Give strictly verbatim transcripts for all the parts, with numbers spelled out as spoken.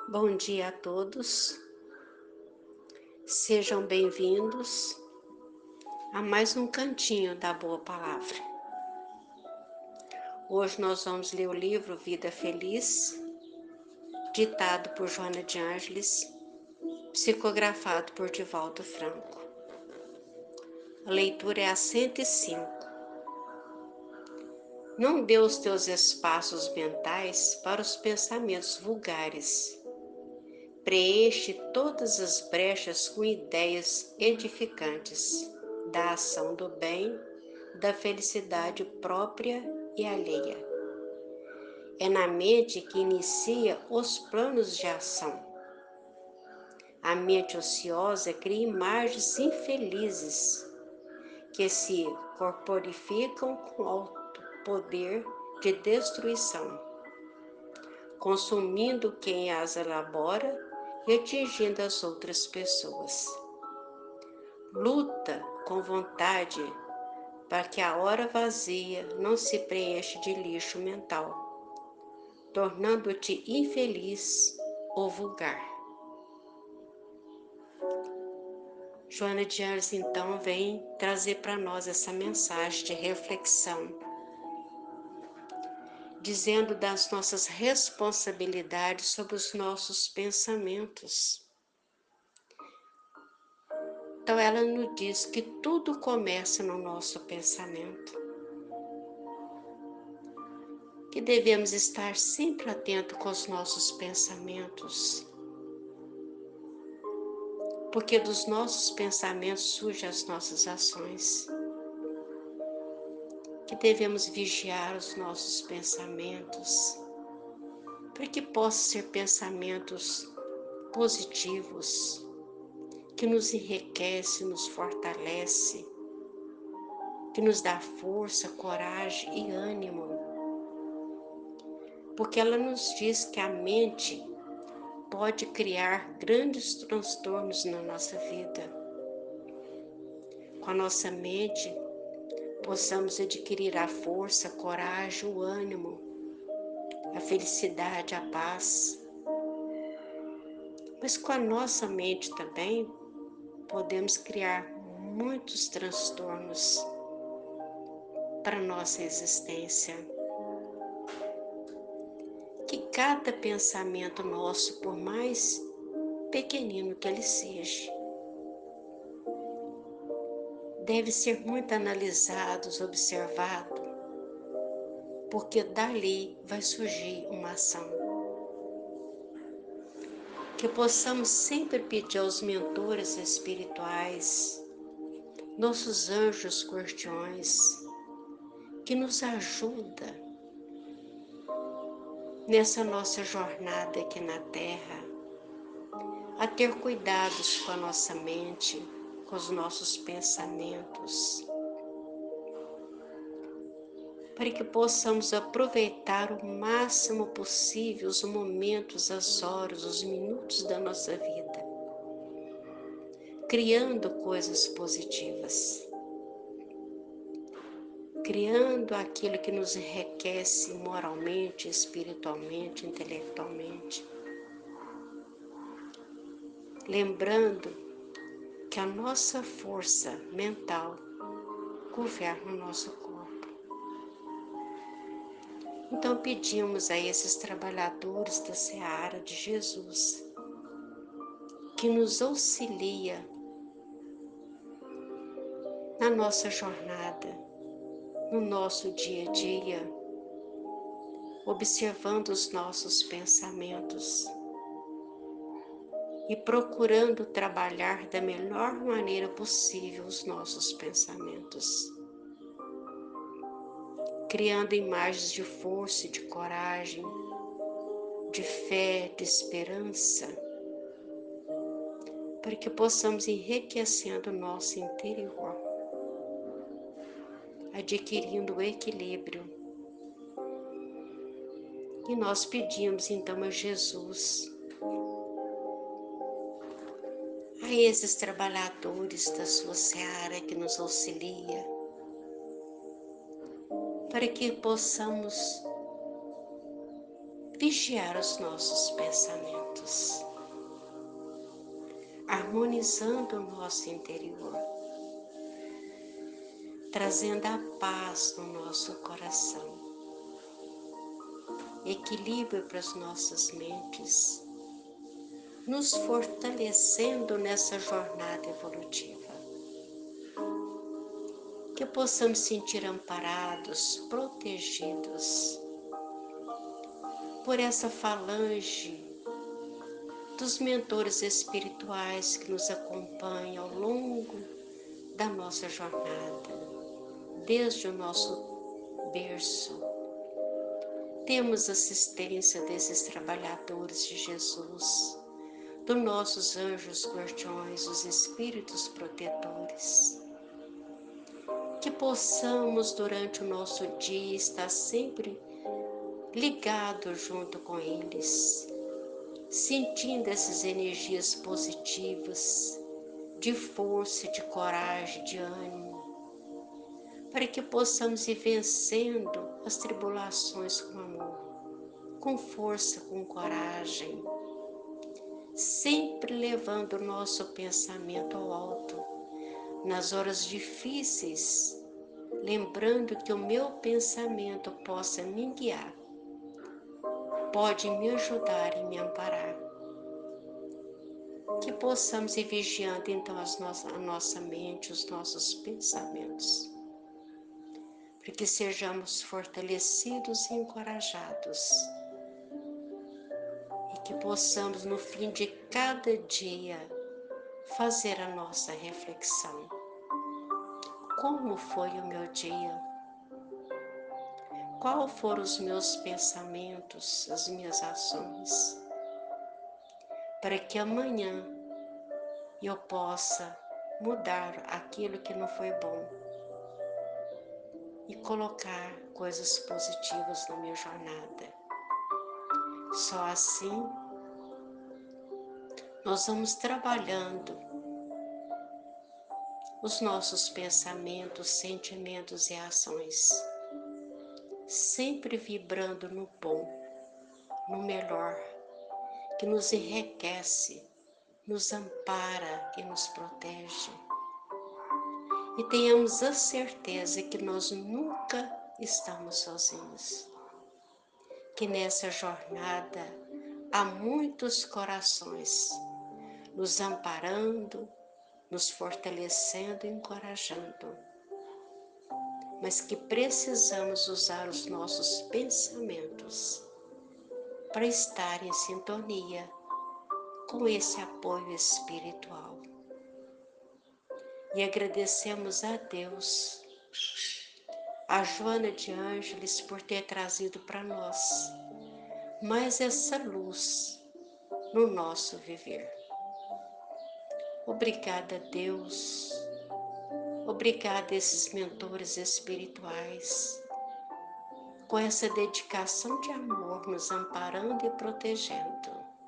Bom dia a todos, sejam bem-vindos a mais um cantinho da Boa Palavra. Hoje nós vamos ler o livro Vida Feliz, ditado por Joana de Ângeles, psicografado por Divaldo Franco. A leitura é a cento e cinco. Não dê os teus espaços mentais para os pensamentos vulgares. Preenche todas as brechas com ideias edificantes da ação do bem, da felicidade própria e alheia. É na mente que inicia os planos de ação. A mente ociosa cria imagens infelizes que se corporificam com alto poder de destruição, consumindo quem as elabora e atingindo as outras pessoas. Luta com vontade para que a hora vazia não se preencha de lixo mental, tornando-te infeliz ou vulgar. Joana de Ângeles, então, vem trazer para nós essa mensagem de reflexão, dizendo das nossas responsabilidades sobre os nossos pensamentos. Então ela nos diz que tudo começa no nosso pensamento, que devemos estar sempre atentos com os nossos pensamentos, porque dos nossos pensamentos surgem as nossas ações, que devemos vigiar os nossos pensamentos, para que possam ser pensamentos positivos, que nos enriquece, nos fortalece, que nos dá força, coragem e ânimo. Porque ela nos diz que a mente pode criar grandes transtornos na nossa vida. Com a nossa mente, possamos adquirir a força, a coragem, o ânimo, a felicidade, a paz. Mas com a nossa mente também, podemos criar muitos transtornos para a nossa existência. Que cada pensamento nosso, por mais pequenino que ele seja, deve ser muito analisado, observado, porque dali vai surgir uma ação. Que possamos sempre pedir aos mentores espirituais, nossos anjos guardiões, que nos ajuda nessa nossa jornada aqui na Terra, a ter cuidados com a nossa mente, com os nossos pensamentos, para que possamos aproveitar o máximo possível os momentos, as horas, os minutos da nossa vida, criando coisas positivas, criando aquilo que nos enriquece moralmente, espiritualmente, intelectualmente. Lembrando que a nossa força mental governa o nosso corpo. Então pedimos a esses trabalhadores da seara de Jesus que nos auxilia na nossa jornada, no nosso dia a dia, observando os nossos pensamentos e procurando trabalhar da melhor maneira possível os nossos pensamentos, criando imagens de força e de coragem, de fé, de esperança, para que possamos enriquecendo o nosso interior, adquirindo o equilíbrio. E nós pedimos então a Jesus, a esses trabalhadores da sua seara que nos auxilia, para que possamos vigiar os nossos pensamentos, harmonizando o nosso interior, trazendo a paz no nosso coração, equilíbrio para as nossas mentes, nos fortalecendo nessa jornada evolutiva. Que possamos sentir amparados, protegidos por essa falange dos mentores espirituais que nos acompanham ao longo da nossa jornada, desde o nosso berço. Temos assistência desses trabalhadores de Jesus, dos nossos anjos guardiões, os espíritos protetores. Que possamos durante o nosso dia estar sempre ligados junto com eles, sentindo essas energias positivas, de força, de coragem, de ânimo, para que possamos ir vencendo as tribulações com amor, com força, com coragem, sempre levando o nosso pensamento ao alto, nas horas difíceis, lembrando que o meu pensamento possa me guiar, pode me ajudar e me amparar. Que possamos ir vigiando então as nossas, a nossa mente, os nossos pensamentos, para que sejamos fortalecidos e encorajados, e que possamos no fim de cada dia fazer a nossa reflexão. Como foi o meu dia? Quais foram os meus pensamentos, as minhas ações? Para que amanhã eu possa mudar aquilo que não foi bom e colocar coisas positivas na minha jornada. Só assim nós vamos trabalhando os nossos pensamentos, sentimentos e ações, sempre vibrando no bom, no melhor, que nos enriquece, nos ampara e nos protege. E tenhamos a certeza que nós nunca estamos sozinhos, que nessa jornada há muitos corações nos amparando, nos fortalecendo e encorajando, mas que precisamos usar os nossos pensamentos para estar em sintonia com esse apoio espiritual. E agradecemos a Deus, a Joana de Ângeles, por ter trazido para nós mais essa luz no nosso viver. Obrigada, Deus. Obrigada a esses mentores espirituais, com essa dedicação de amor, nos amparando e protegendo.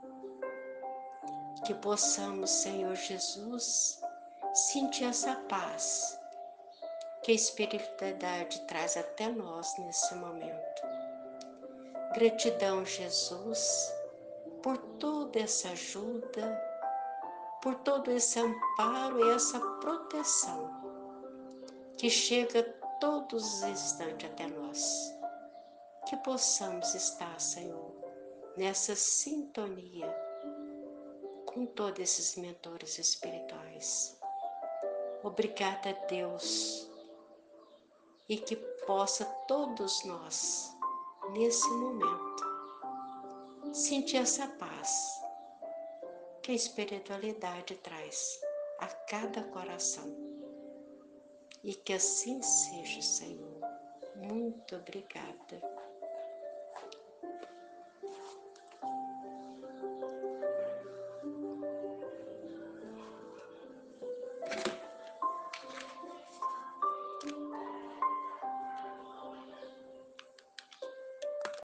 Que possamos, Senhor Jesus, sentir essa paz que a espiritualidade traz até nós nesse momento. Gratidão, Jesus, por toda essa ajuda, por todo esse amparo e essa proteção que chega todos os instantes até nós. Que possamos estar, Senhor, nessa sintonia com todos esses mentores espirituais. Obrigada, Deus, e que possa todos nós, nesse momento, sentir essa paz que a espiritualidade traz a cada coração. E que assim seja, Senhor. Muito obrigada.